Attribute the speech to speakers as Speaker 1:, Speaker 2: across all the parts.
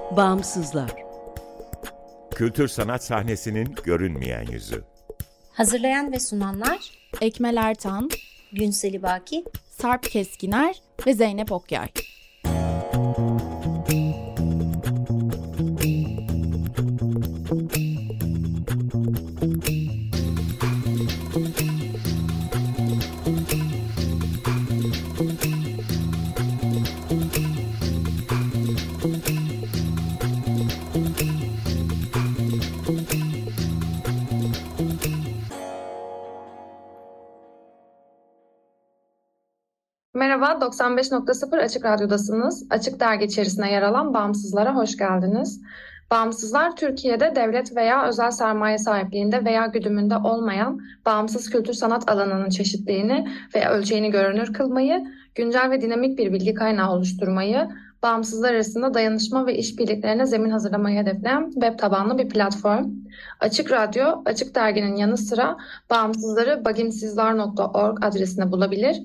Speaker 1: Bağımsızlar.
Speaker 2: Kültür sanat sahnesinin görünmeyen yüzü.
Speaker 3: Hazırlayan ve sunanlar
Speaker 4: Ekmel Ertan,
Speaker 3: Günseli Baki,
Speaker 4: Sarp Keskiner ve Zeynep Okyay.
Speaker 5: Merhaba, 95.0 Açık Radyo'dasınız. Açık Dergi içerisinde yer alan Bağımsızlar'a hoş geldiniz. Bağımsızlar, Türkiye'de devlet veya özel sermaye sahipliğinde veya güdümünde olmayan bağımsız kültür sanat alanının çeşitliliğini ve ölçeğini görünür kılmayı, güncel ve dinamik bir bilgi kaynağı oluşturmayı, bağımsızlar arasında dayanışma ve işbirliklerine zemin hazırlamayı hedefleyen web tabanlı bir platform. Açık Radyo, Açık Dergi'nin yanı sıra bağımsızları bagimsizlar.org adresine bulabilir,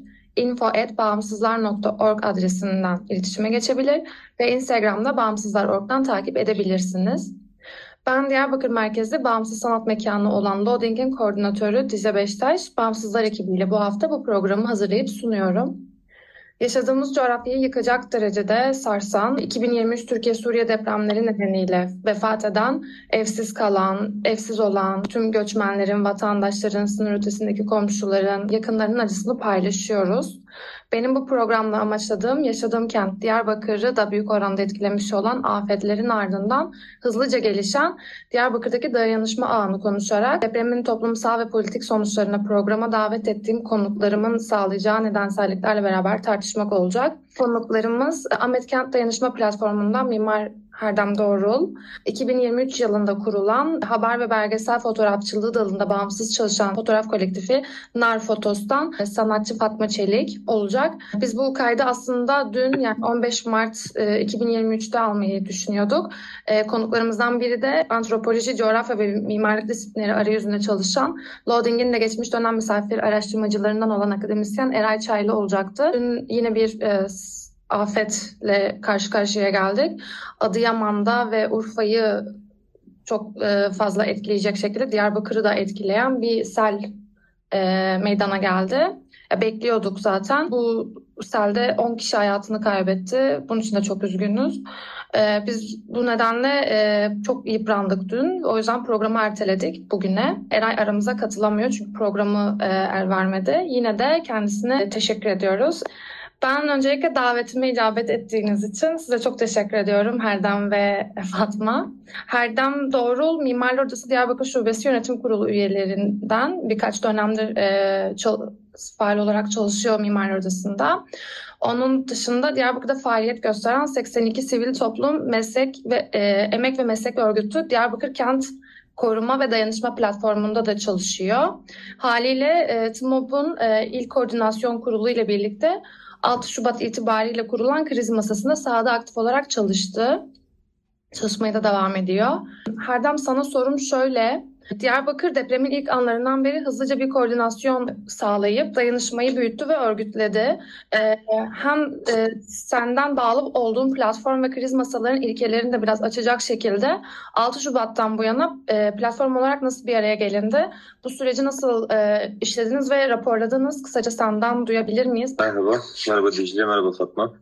Speaker 5: info@bağımsızlar.org adresinden iletişime geçebilir ve Instagram'da Bağımsızlar.org'dan takip edebilirsiniz. Ben Diyarbakır merkezli bağımsız sanat mekanı olan Loading'in koordinatörü Dize Beştaş, Bağımsızlar ekibiyle bu hafta bu programı hazırlayıp sunuyorum. Yaşadığımız coğrafyayı yıkacak derecede sarsan, 2023 Türkiye-Suriye depremleri nedeniyle vefat eden, evsiz kalan, evsiz olan tüm göçmenlerin, vatandaşların, sınır ötesindeki komşuların, yakınlarının acısını paylaşıyoruz. Benim bu programla amaçladığım, yaşadığım kent Diyarbakır'ı da büyük oranda etkilemiş olan afetlerin ardından hızlıca gelişen Diyarbakır'daki dayanışma ağını konuşarak depremin toplumsal ve politik sonuçlarına programa davet ettiğim konuklarımın sağlayacağı nedenselliklerle beraber tartışmak olacak. Konuklarımız Ahmet Kent Dayanışma Platformu'ndan Mimar Herdem Doğrul, 2023 yılında kurulan haber ve belgesel fotoğrafçılığı dalında bağımsız çalışan fotoğraf kolektifi Nar Fotos'tan sanatçı Fatma Çelik olacak. Biz bu kaydı aslında dün, yani 15 Mart 2023'te almayı düşünüyorduk. Konuklarımızdan biri de antropoloji, coğrafya ve mimarlık disiplinleri arayüzünde çalışan, Loading'in de geçmiş dönem misafir araştırmacılarından olan akademisyen Eray Çaylı olacaktı. Dün yine bir afetle karşı karşıya geldik. Adıyaman'da ve Urfa'yı çok fazla etkileyecek şekilde Diyarbakır'ı da etkileyen bir sel meydana geldi. Bekliyorduk zaten. Bu selde 10 kişi hayatını kaybetti. Bunun için de çok üzgünüz. Biz bu nedenle çok yıprandık dün. O yüzden programı erteledik bugüne. Eray aramıza katılamıyor çünkü programı el vermedi. Yine de kendisine teşekkür ediyoruz. Ben öncelikle davetime icabet ettiğiniz için size çok teşekkür ediyorum Herdem ve Fatma. Herdem Doğrul, Mimarlar Odası Diyarbakır Şubesi Yönetim Kurulu üyelerinden, birkaç dönemdir faal olarak çalışıyor Mimarlar Odası'nda. Onun dışında Diyarbakır'da faaliyet gösteren 82 sivil toplum, meslek ve emek ve meslek örgütü Diyarbakır Kent Koruma ve Dayanışma Platformu'nda da çalışıyor. Haliyle TMOB'un İl Koordinasyon Kurulu ile birlikte 6 Şubat itibariyle kurulan kriz masasında sahada aktif olarak çalıştı. Çalışmaya da devam ediyor. Herdem, sana sorum şöyle. Diyarbakır depremin ilk anlarından beri hızlıca bir koordinasyon sağlayıp dayanışmayı büyüttü ve örgütledi. Hem senden bağlı olduğun platform ve kriz masalarının ilkelerini de biraz açacak şekilde 6 Şubat'tan bu yana platform olarak nasıl bir araya gelindi? Bu süreci nasıl işlediniz ve raporladınız? Kısaca senden duyabilir miyiz?
Speaker 6: Merhaba Dicle, merhaba Fatma.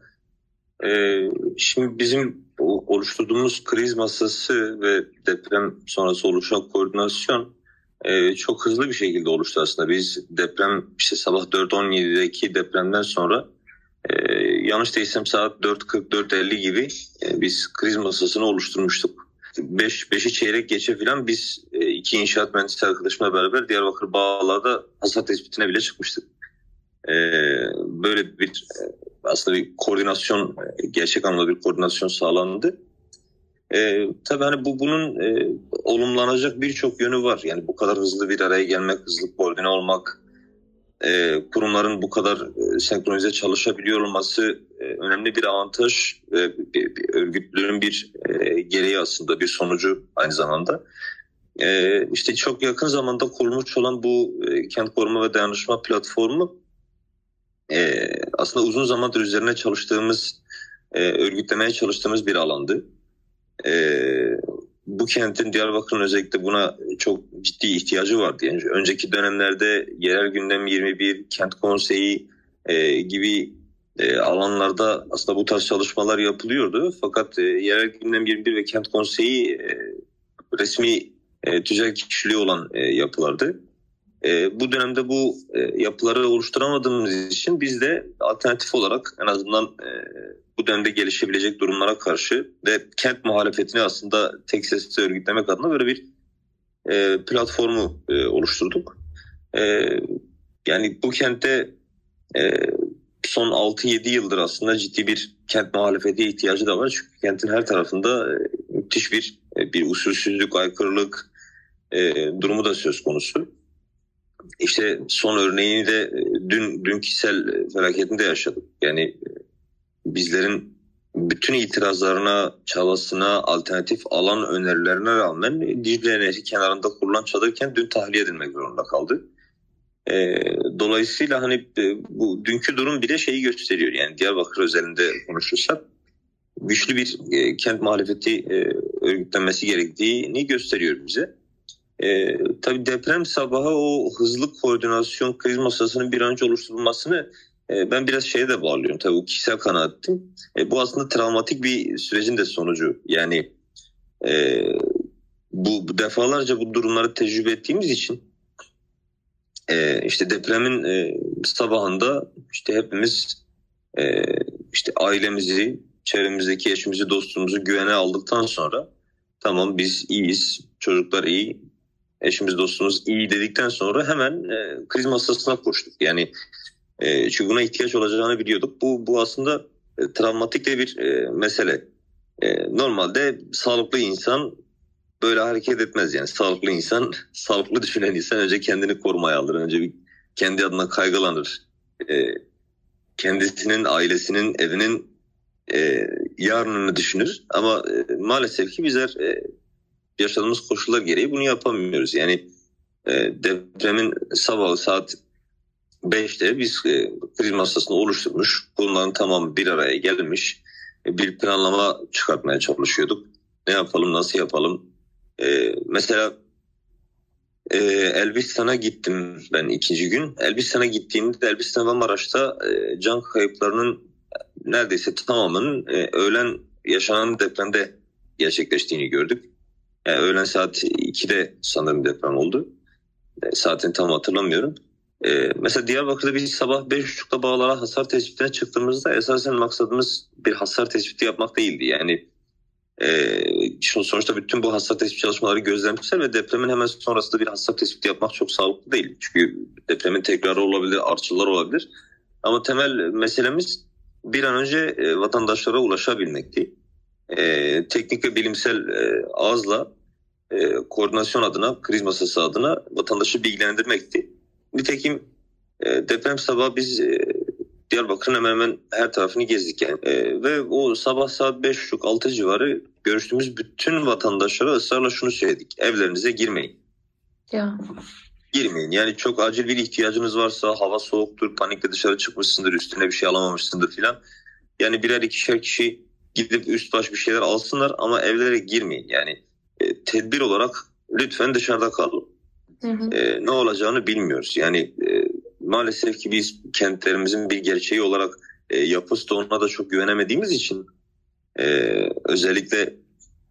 Speaker 6: Şimdi bizim oluşturduğumuz kriz masası ve deprem sonrası oluşan koordinasyon çok hızlı bir şekilde oluştu aslında. Biz deprem sabah 4.17'deki depremden sonra yanlış değilsem saat 4.40-4.50 gibi biz kriz masasını oluşturmuştuk. 5'i çeyrek geçe falan biz iki inşaat mühendisi arkadaşımla beraber Diyarbakır Bağlar'da hasar tespitine bile çıkmıştık. Böyle bir aslında bir koordinasyon, gerçek anlamda bir koordinasyon sağlandı. Tabii hani bunun olumlanacak birçok yönü var. Yani bu kadar hızlı bir araya gelmek, hızlı koordine olmak, kurumların bu kadar senkronize çalışabiliyor olması önemli bir avantaj ve bir örgütlüğün bir gereği aslında, bir sonucu aynı zamanda. İşte çok yakın zamanda kurulmuş olan bu Kent Koruma ve Dayanışma Platformu aslında uzun zamandır üzerine çalıştığımız, örgütlemeye çalıştığımız bir alandı. bu kentin, Diyarbakır'ın özellikle buna çok ciddi ihtiyacı vardı. Yani önceki dönemlerde yerel gündem 21, kent konseyi gibi alanlarda aslında bu tarz çalışmalar yapılıyordu. Fakat yerel gündem 21 ve kent konseyi resmi tüzel kişiliği olan yapılardı. Bu dönemde bu yapıları oluşturamadığımız için biz de alternatif olarak en azından bu dönemde gelişebilecek durumlara karşı ve kent muhalefetini aslında tek sesle örgütlemek adına böyle bir platformu oluşturduk. Yani bu kentte son 6-7 yıldır aslında ciddi bir kent muhalefeti ihtiyacı da var. Çünkü kentin her tarafında müthiş bir usulsüzlük, aykırılık durumu da söz konusu. İşte son örneğini de dünkü sel felaketinde yaşadık. Yani bizlerin bütün itirazlarına, çabasına, alternatif alan önerilerine rağmen Dicle Nehri kenarında kurulan çadır kent dün tahliye edilmek zorunda kaldı. Dolayısıyla hani bu dünkü durum bile şeyi gösteriyor. Yani Diyarbakır özelinde konuşursak güçlü bir kent muhalefeti örgütlenmesi gerektiğini gösteriyor bize. Tabii deprem sabahı o hızlı koordinasyon kriz masasının bir an önce oluşturulmasını ben biraz şeye de bağlıyorum. Tabii o kişisel kanaatim. Bu aslında travmatik bir sürecin de sonucu. Yani bu defalarca bu durumları tecrübe ettiğimiz için işte depremin sabahında işte hepimiz işte ailemizi, çevremizdeki eşimizi, dostumuzu güvene aldıktan sonra tamam biz iyiyiz, çocuklar iyi, eşimiz, dostumuz iyi dedikten sonra hemen kriz masasına koştuk. Yani çünkü buna ihtiyaç olacağını biliyorduk. Bu aslında travmatik de bir mesele. Normalde sağlıklı insan böyle hareket etmez. Yani sağlıklı insan, sağlıklı düşünen insan önce kendini korumaya alır. Önce bir kendi adına kaygılanır. Kendisinin, ailesinin, evinin yarınını düşünür. Ama maalesef ki bizler yaşadığımız koşullar gereği bunu yapamıyoruz. Yani depremin sabahı saat 5'te biz kriz masasını oluşturmuş. Bunların tamamı bir araya gelmiş. Bir planlama çıkartmaya çalışıyorduk. Ne yapalım, nasıl yapalım? Mesela Elbistan'a gittim ben ikinci gün. Elbistan'a gittiğimde Elbistan ve Maraş'ta can kayıplarının neredeyse tamamının öğlen yaşanan depremde gerçekleştiğini gördük. Yani öğlen saat 2'de sanırım deprem oldu. Saatini tam hatırlamıyorum. Mesela Diyarbakır'da biz sabah 5.30'da Bağlar'a hasar tespitine çıktığımızda esasen maksadımız bir hasar tespiti yapmak değildi. Yani sonuçta bütün bu hasar tespit çalışmaları gözlemsel ve depremin hemen sonrasında bir hasar tespiti yapmak çok sağlıklı değil. Çünkü depremin tekrarı olabilir, artçılar olabilir. Ama temel meselemiz bir an önce vatandaşlara ulaşabilmekti. Teknik ve bilimsel ağızla koordinasyon adına, kriz masası adına vatandaşı bilgilendirmekti. Nitekim deprem sabahı biz Diyarbakır'ın hemen hemen her tarafını gezdik yani. Ve o sabah saat 5.30-6 civarı görüştüğümüz bütün vatandaşlara ısrarla şunu söyledik. Evlerinize girmeyin.
Speaker 5: Ya.
Speaker 6: Girmeyin. Yani çok acil bir ihtiyacınız varsa, hava soğuktur, panikle dışarı çıkmışsındır, üstüne bir şey alamamışsındır filan. Yani birer ikişer kişi gidip üst baş bir şeyler alsınlar ama evlere girmeyin. Yani tedbir olarak lütfen dışarıda kalın.
Speaker 5: Hı hı.
Speaker 6: Ne olacağını bilmiyoruz. Yani maalesef ki biz kentlerimizin bir gerçeği olarak yapı stoğuna da çok güvenemediğimiz için özellikle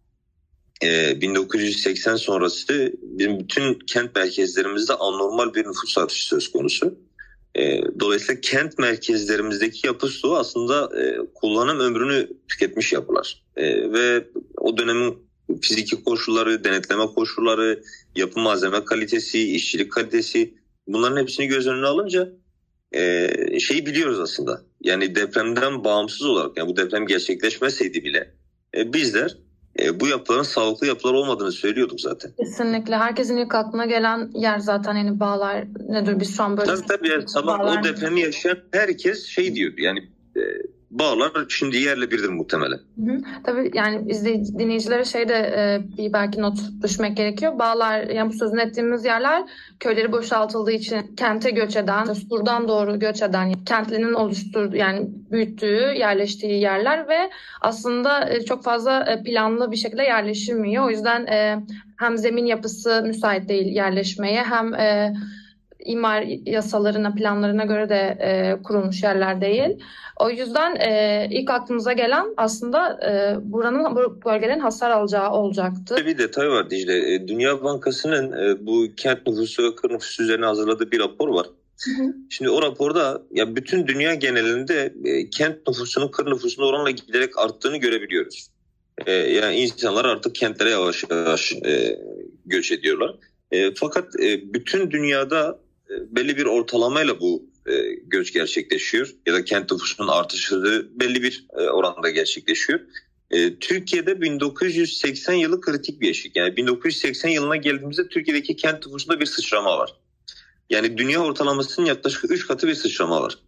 Speaker 6: 1980 sonrası bizim bütün kent merkezlerimizde anormal bir nüfus artışı söz konusu. Dolayısıyla kent merkezlerimizdeki yapı stoğu aslında kullanım ömrünü tüketmiş yapılar. Ve o dönemin fiziki koşulları, denetleme koşulları, yapı malzeme kalitesi, işçilik kalitesi, bunların hepsini göz önüne alınca şeyi biliyoruz aslında. Yani depremden bağımsız olarak, yani bu deprem gerçekleşmeseydi bile bizler bu yapıların sağlıklı yapılar olmadığını söylüyorduk zaten.
Speaker 5: Kesinlikle. Herkesin ilk aklına gelen yer zaten yani Bağlar nedir? Biz şu an böyle...
Speaker 6: Tabii yani sabah o depremi yaşayan herkes şey diyordu. Yani bağlar şimdi yerle birdir muhtemelen.
Speaker 5: Tabii yani dinleyicilere bir belki not düşmek gerekiyor. Bağlar, yani bu sözünü ettiğimiz yerler köyleri boşaltıldığı için kente göç eden, Sur'dan doğru göç eden, kentlinin oluşturduğu yani büyüttüğü, yerleştiği yerler ve aslında çok fazla planlı bir şekilde yerleşilmiyor. O yüzden hem zemin yapısı müsait değil yerleşmeye, hem imar yasalarına, planlarına göre de kurulmuş yerler değil. O yüzden ilk aklımıza gelen aslında bu bölgenin hasar alacağı olacaktı.
Speaker 6: Bir detay var Dicle. Dünya Bankası'nın bu kent nüfusu ve kır nüfusu üzerine hazırladığı bir rapor var. Şimdi o raporda ya bütün dünya genelinde kent nüfusunun kır nüfusuna oranla giderek arttığını görebiliyoruz. Yani insanlar artık kentlere yavaş yavaş göç ediyorlar. Fakat bütün dünyada belli bir ortalamayla bu göç gerçekleşiyor ya da kent nüfusunun artışı belli bir oranda gerçekleşiyor. Türkiye'de 1980 yılı kritik bir eşik. Yani 1980 yılına geldiğimizde Türkiye'deki kent nüfusunda bir sıçrama var. Yani dünya ortalamasının yaklaşık 3 katı bir sıçrama var.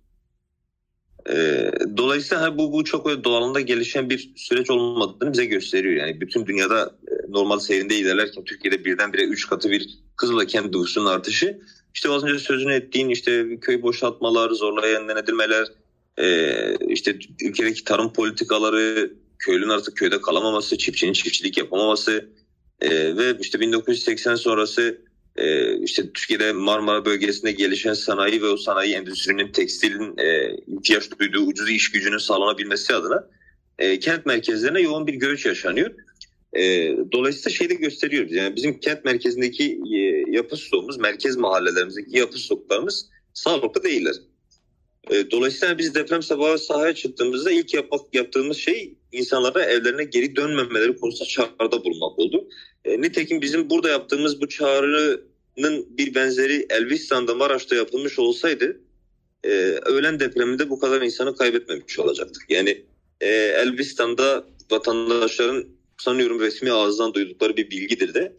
Speaker 6: Dolayısıyla bu çok öyle doğalında gelişen bir süreç olmadığını bize gösteriyor. Yani bütün dünyada normal seyrinde ilerlerken Türkiye'de birdenbire 3 katı bir hızla kent nüfusunun artışı. İşte az önce sözünü ettiğin işte köy boşaltmalar, zorlayan denetlemeler, işte ülkedeki tarım politikaları, köylünün artık köyde kalamaması, çiftçinin çiftçilik yapamaması ve işte 1980 sonrası işte Türkiye'de Marmara bölgesinde gelişen sanayi ve o sanayi endüstrinin, tekstilin ihtiyaç duyduğu ucuz iş gücünün sağlanabilmesi adına kent merkezlerine yoğun bir göç yaşanıyor. Dolayısıyla de gösteriyor. Yani bizim kent merkezindeki yapı stoğumuz, merkez mahallelerimizdeki yapı stoklarımız sağlıklı değiller. Dolayısıyla biz deprem sabahı sahaya çıktığımızda ilk yaptığımız şey insanlara evlerine geri dönmemeleri konusunda çağrıda bulunmak oldu. Nitekim bizim burada yaptığımız bu çağrının bir benzeri Elbistan'da, Maraş'ta yapılmış olsaydı öğlen depreminde bu kadar insanı kaybetmemiş olacaktık. Yani Elbistan'da vatandaşların sanıyorum resmi ağızdan duydukları bir bilgidir de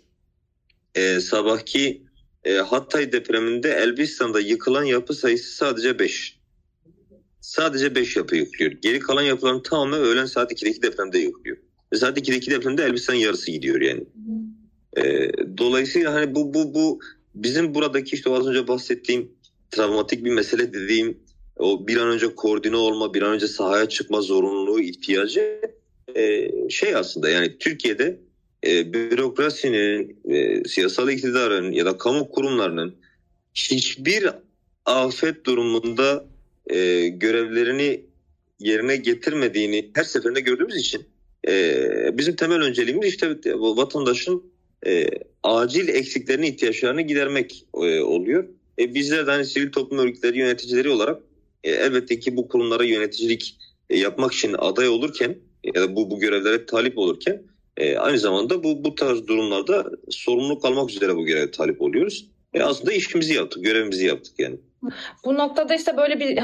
Speaker 6: sabahki Hatay depreminde Elbistan'da yıkılan yapı sayısı sadece 5. Sadece 5 yapı yıkılıyor. Geri kalan yapıların tamamı öğlen saat 2'deki depremde yıkılıyor. Ve saat 2'deki depremde Elbistan'ın yarısı gidiyor yani. Dolayısıyla hani bu bizim buradaki işte az önce bahsettiğim travmatik bir mesele dediğim o bir an önce koordine olma, bir an önce sahaya çıkma zorunluluğu, ihtiyacı aslında yani Türkiye'de bürokrasinin, siyasal iktidarın ya da kamu kurumlarının hiçbir afet durumunda görevlerini yerine getirmediğini her seferinde gördüğümüz için bizim temel önceliğimiz işte vatandaşın acil eksiklerini, ihtiyaçlarını gidermek oluyor. Bizler de hani sivil toplum örgütleri yöneticileri olarak elbette ki bu kurumlara yöneticilik yapmak için aday olurken ya da bu görevlere talip olurken aynı zamanda bu tarz durumlarda sorumluluk almak üzere bu göreve talip oluyoruz. Aslında işimizi yaptık, görevimizi yaptık yani.
Speaker 5: Bu noktada işte böyle bir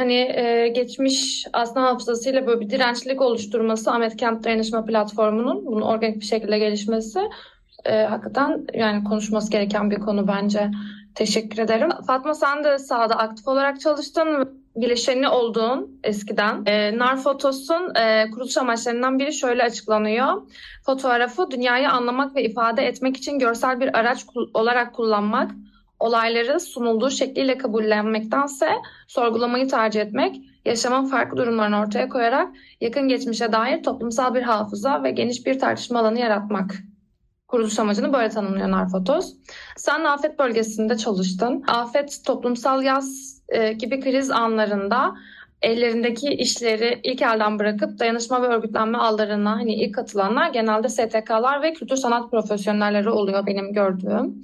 Speaker 5: geçmiş aslında hafızasıyla böyle bir dirençlilik oluşturması Ahmet Kent Dayanışma Platformu'nun bunun organik bir şekilde gelişmesi hakikaten yani konuşması gereken bir konu bence. Teşekkür ederim. Fatma, sen de sahada aktif olarak çalıştın. Bileşeni olduğun eskiden. Narfotos'un kuruluş amaçlarından biri şöyle açıklanıyor. Fotoğrafı dünyayı anlamak ve ifade etmek için görsel bir araç olarak kullanmak, olayları sunulduğu şekliyle kabullenmektense sorgulamayı tercih etmek, yaşamın farklı durumlarını ortaya koyarak yakın geçmişe dair toplumsal bir hafıza ve geniş bir tartışma alanı yaratmak. Kuruluş amacını böyle tanımlıyor Narfotos. Sen afet bölgesinde çalıştın. Afet, toplumsal yaz gibi kriz anlarında ellerindeki işleri ilk elden bırakıp dayanışma ve örgütlenme ağlarına ilk katılanlar genelde STK'lar ve kültür sanat profesyonelleri oluyor benim gördüğüm.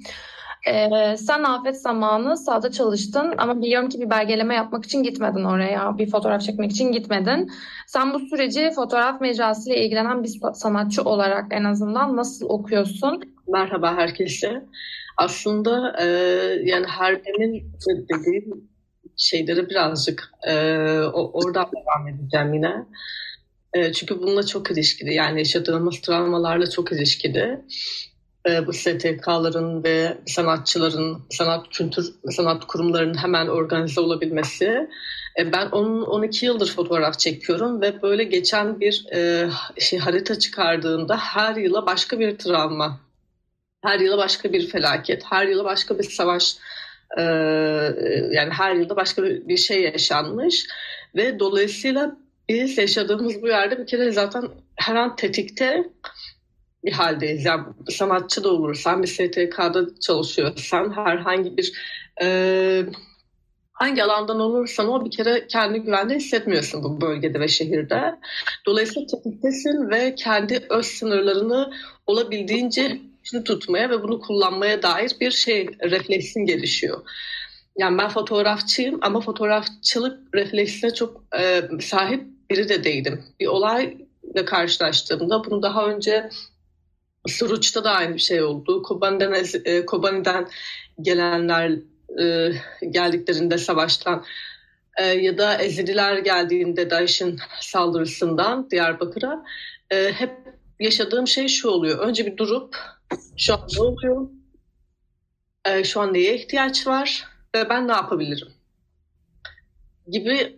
Speaker 5: Sen afet zamanı sahada çalıştın ama biliyorum ki bir belgeleme yapmak için gitmedin oraya, bir fotoğraf çekmek için gitmedin. Sen bu süreci fotoğraf mecrasıyla ilgilenen bir sanatçı olarak en azından nasıl okuyorsun?
Speaker 1: Merhaba herkese. Aslında yani Harbiye'nin dediğim şeyleri birazcık oradan devam edeceğim yine. Çünkü bununla çok ilişkili, yani yaşadığımız travmalarla çok ilişkili. Bu STK'ların ve sanatçıların, sanat kurumlarının hemen organize olabilmesi Ben 12 yıldır fotoğraf çekiyorum ve böyle geçen bir harita çıkardığında her yıla başka bir travma, her yıla başka bir felaket, her yıla başka bir savaş, yani her yılda başka bir şey yaşanmış ve dolayısıyla biz yaşadığımız bu yerde bir kere zaten her an tetikte bir haldeyiz. Yani sanatçı da olursan, bir STK'da çalışıyorsan, herhangi bir hangi alandan olursan ol bir kere kendini güvende hissetmiyorsun bu bölgede ve şehirde. Dolayısıyla tetiktesin ve kendi öz sınırlarını olabildiğince tutmaya ve bunu kullanmaya dair bir refleksin gelişiyor. Yani ben fotoğrafçıyım ama fotoğrafçılık refleksine çok sahip biri de değilim. Bir olayla karşılaştığımda bunu daha önce Suruç'ta da aynı bir şey oldu. Kobani'den gelenler geldiklerinde savaştan ya da Ezidiler geldiğinde DAEŞ'in saldırısından Diyarbakır'a hep yaşadığım şey şu oluyor. Önce bir durup şu an ne oluyor? Şu an neye ihtiyaç var? Ve ben ne yapabilirim? Gibi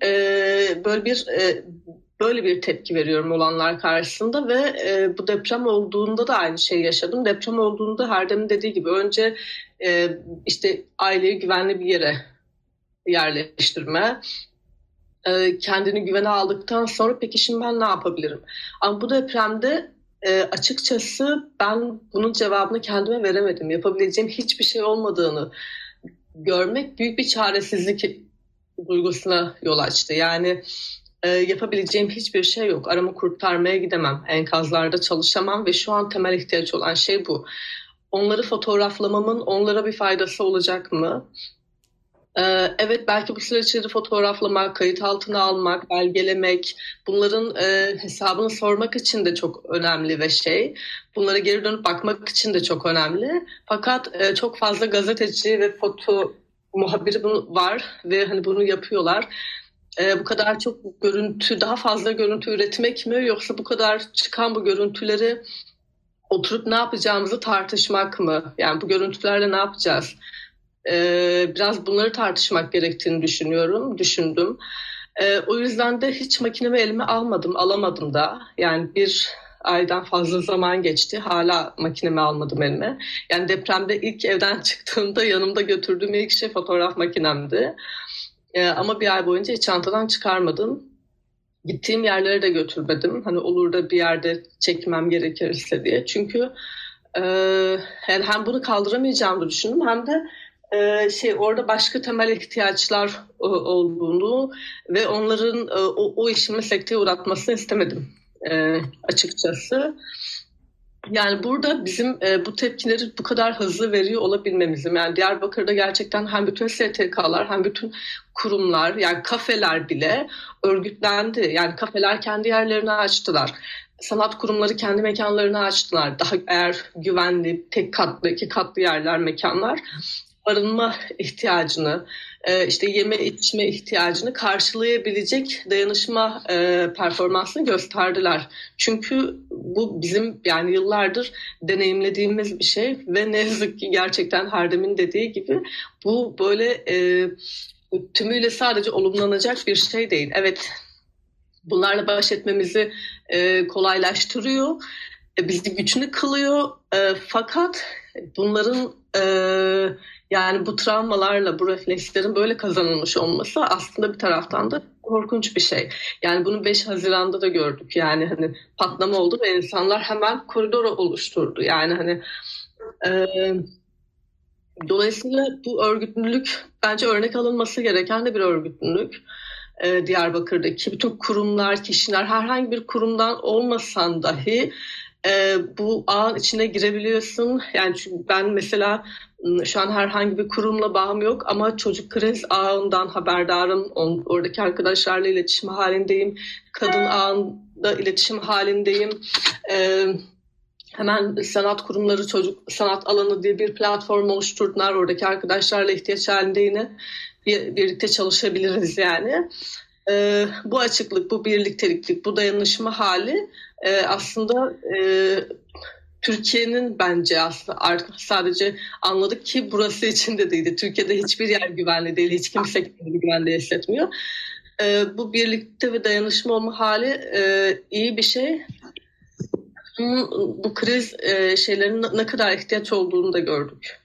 Speaker 1: böyle bir tepki veriyorum olanlar karşısında ve bu deprem olduğunda da aynı şeyi yaşadım. Deprem olduğunda Herdem'in dediği gibi önce işte aileyi güvenli bir yere yerleştirme, kendini güvene aldıktan sonra peki şimdi ben ne yapabilirim? Ama bu depremde açıkçası ben bunun cevabını kendime veremedim. Yapabileceğim hiçbir şey olmadığını görmek büyük bir çaresizlik duygusuna yol açtı. Yani yapabileceğim hiçbir şey yok. Arama kurtarmaya gidemem, enkazlarda çalışamam ve şu an temel ihtiyaç olan şey bu. Onları fotoğraflamamın onlara bir faydası olacak mı? Evet, belki bu süreçleri fotoğraflamak, kayıt altına almak, belgelemek, bunların hesabını sormak için de çok önemli ve bunlara geri dönüp bakmak için de çok önemli. Fakat çok fazla gazeteci ve foto muhabiri var ve hani bunu yapıyorlar. Bu kadar çok görüntü, daha fazla görüntü üretmek mi, yoksa bu kadar çıkan bu görüntüleri oturup ne yapacağımızı tartışmak mı? Yani bu görüntülerle ne yapacağız? Biraz bunları tartışmak gerektiğini düşündüm. O yüzden de hiç makinemi elime alamadım da. Yani bir aydan fazla zaman geçti. Hala makinemi almadım elime. Yani depremde ilk evden çıktığımda yanımda götürdüğüm ilk şey fotoğraf makinemdi. Ama bir ay boyunca hiç çantadan çıkarmadım. Gittiğim yerlere de götürmedim. Hani olur da bir yerde çekmem gerekirse diye. Çünkü yani hem bunu kaldıramayacağımı düşündüm hem de orada başka temel ihtiyaçlar olduğunu ve onların o işimi sekteye uğratmasını istemedim açıkçası. Yani burada bizim bu tepkileri bu kadar hızlı veriyor olabilmemizim. Yani Diyarbakır'da gerçekten hem bütün STK'lar hem bütün kurumlar, yani kafeler bile örgütlendi. Yani kafeler kendi yerlerini açtılar. Sanat kurumları kendi mekanlarını açtılar. Daha eğer güvenli, tek katlı, 2 katlı yerler, mekanlar barınma ihtiyacını, işte yeme içme ihtiyacını karşılayabilecek dayanışma performansını gösterdiler. Çünkü bu bizim yani yıllardır deneyimlediğimiz bir şey ve ne yazık ki gerçekten Herdem'in dediği gibi bu böyle tümüyle sadece olumlanacak bir şey değil. Evet, bunlarla baş etmemizi kolaylaştırıyor, bizi güçlü kılıyor. Fakat bunların yani bu travmalarla, bu reflekslerin böyle kazanılmış olması aslında bir taraftan da korkunç bir şey. Yani bunu 5 Haziran'da da gördük. Yani hani patlama oldu ve insanlar hemen koridor oluşturdu. Yani hani dolayısıyla bu örgütlülük bence örnek alınması gereken de bir örgütlülük. Diyarbakır'daki bütün kurumlar, kişiler, herhangi bir kurumdan olmasan dahi bu ağın içine girebiliyorsun. Yani çünkü ben mesela şu an herhangi bir kurumla bağım yok ama çocuk kriz ağından haberdarım. Oradaki arkadaşlarla iletişim halindeyim. Kadın ağında iletişim halindeyim. Hemen sanat kurumları çocuk sanat alanı diye bir platform oluşturdular. Oradaki arkadaşlarla ihtiyaç halinde yine birlikte çalışabiliriz yani. Bu açıklık, bu birlikteliklik, bu dayanışma hali aslında Türkiye'nin bence aslında artık sadece anladık ki burası için de değildi. Türkiye'de hiçbir yer güvenli değil, hiç kimse kendini güvende hissetmiyor. bu birlikte ve dayanışma olma hali iyi bir şey. Bu kriz şeylerin ne kadar ihtiyaç olduğunu da gördük.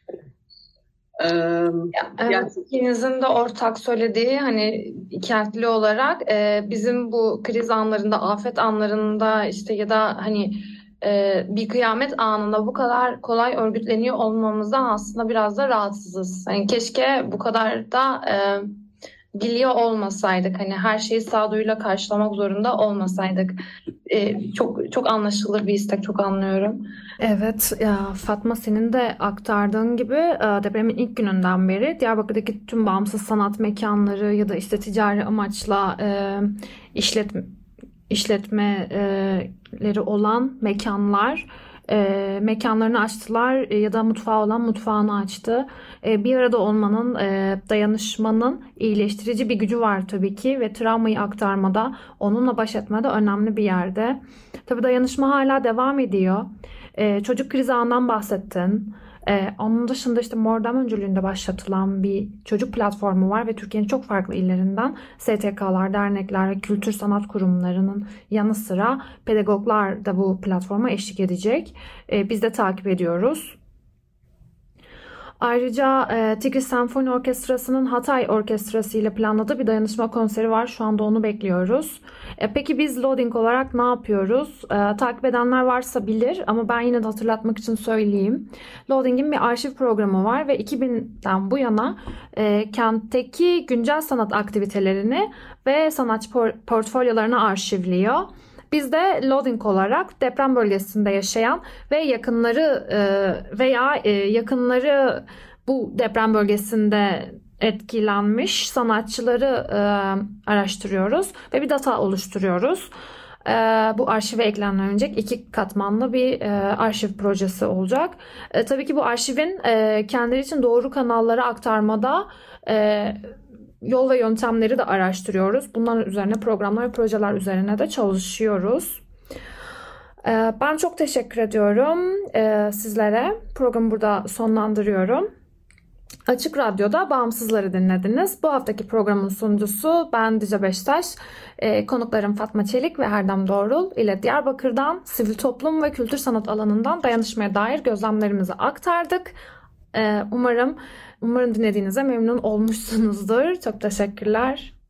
Speaker 5: Evet, ikinizin de ortak söylediği hani kentli olarak bizim bu kriz anlarında, afet anlarında işte ya da hani bir kıyamet anında bu kadar kolay örgütleniyor olmamızdan aslında biraz da rahatsızız. Yani keşke bu kadar da biliyor olmasaydık, hani her şeyi sağduyuyla karşılamak zorunda olmasaydık. Çok çok anlaşılır bir istek, çok anlıyorum.
Speaker 7: Evet, ya Fatma, senin de aktardığın gibi depremin ilk gününden beri Diyarbakır'daki tüm bağımsız sanat mekanları ya da işte ticari amaçla işletmeleri olan mekanlar mekanlarını açtılar ya da mutfağı olan mutfağını açtı. Bir arada olmanın, dayanışmanın iyileştirici bir gücü var tabii ki ve travmayı aktarmada, onunla baş etmede önemli bir yerde. Tabii dayanışma hala devam ediyor. Çocuk krizi ağından bahsettin. Onun dışında işte Mordam öncülüğünde başlatılan bir çocuk platformu var ve Türkiye'nin çok farklı illerinden STK'lar, dernekler ve kültür sanat kurumlarının yanı sıra pedagoglar da bu platforma eşlik edecek. Biz de takip ediyoruz. Ayrıca Tigris Senfoni Orkestrası'nın Hatay Orkestrası ile planladığı bir dayanışma konseri var. Şu anda onu bekliyoruz. Peki biz Loading olarak ne yapıyoruz? Takip edenler varsa bilir ama ben yine de hatırlatmak için söyleyeyim. Loading'in bir arşiv programı var ve 2000'den bu yana kentteki güncel sanat aktivitelerini ve sanatçı portfolyolarını arşivliyor. Biz de Loading olarak deprem bölgesinde yaşayan ve yakınları bu deprem bölgesinde etkilenmiş sanatçıları araştırıyoruz ve bir data oluşturuyoruz. Bu arşive eklenecek 2 katmanlı bir arşiv projesi olacak. Tabii ki bu arşivin kendileri için doğru kanallara aktarmada yol ve yöntemleri de araştırıyoruz. Bunların üzerine programlar ve projeler üzerine de çalışıyoruz. Ben çok teşekkür ediyorum sizlere. Programı burada sonlandırıyorum. Açık Radyo'da Bağımsızları dinlediniz. Bu haftaki programın sunucusu ben Dice Beştaş. Konuklarım Fatma Çelik ve Erdem Doğrul ile Diyarbakır'dan sivil toplum ve kültür sanat alanından dayanışmaya dair gözlemlerimizi aktardık. Umarım dinlediğinize memnun olmuşsunuzdur. Çok teşekkürler.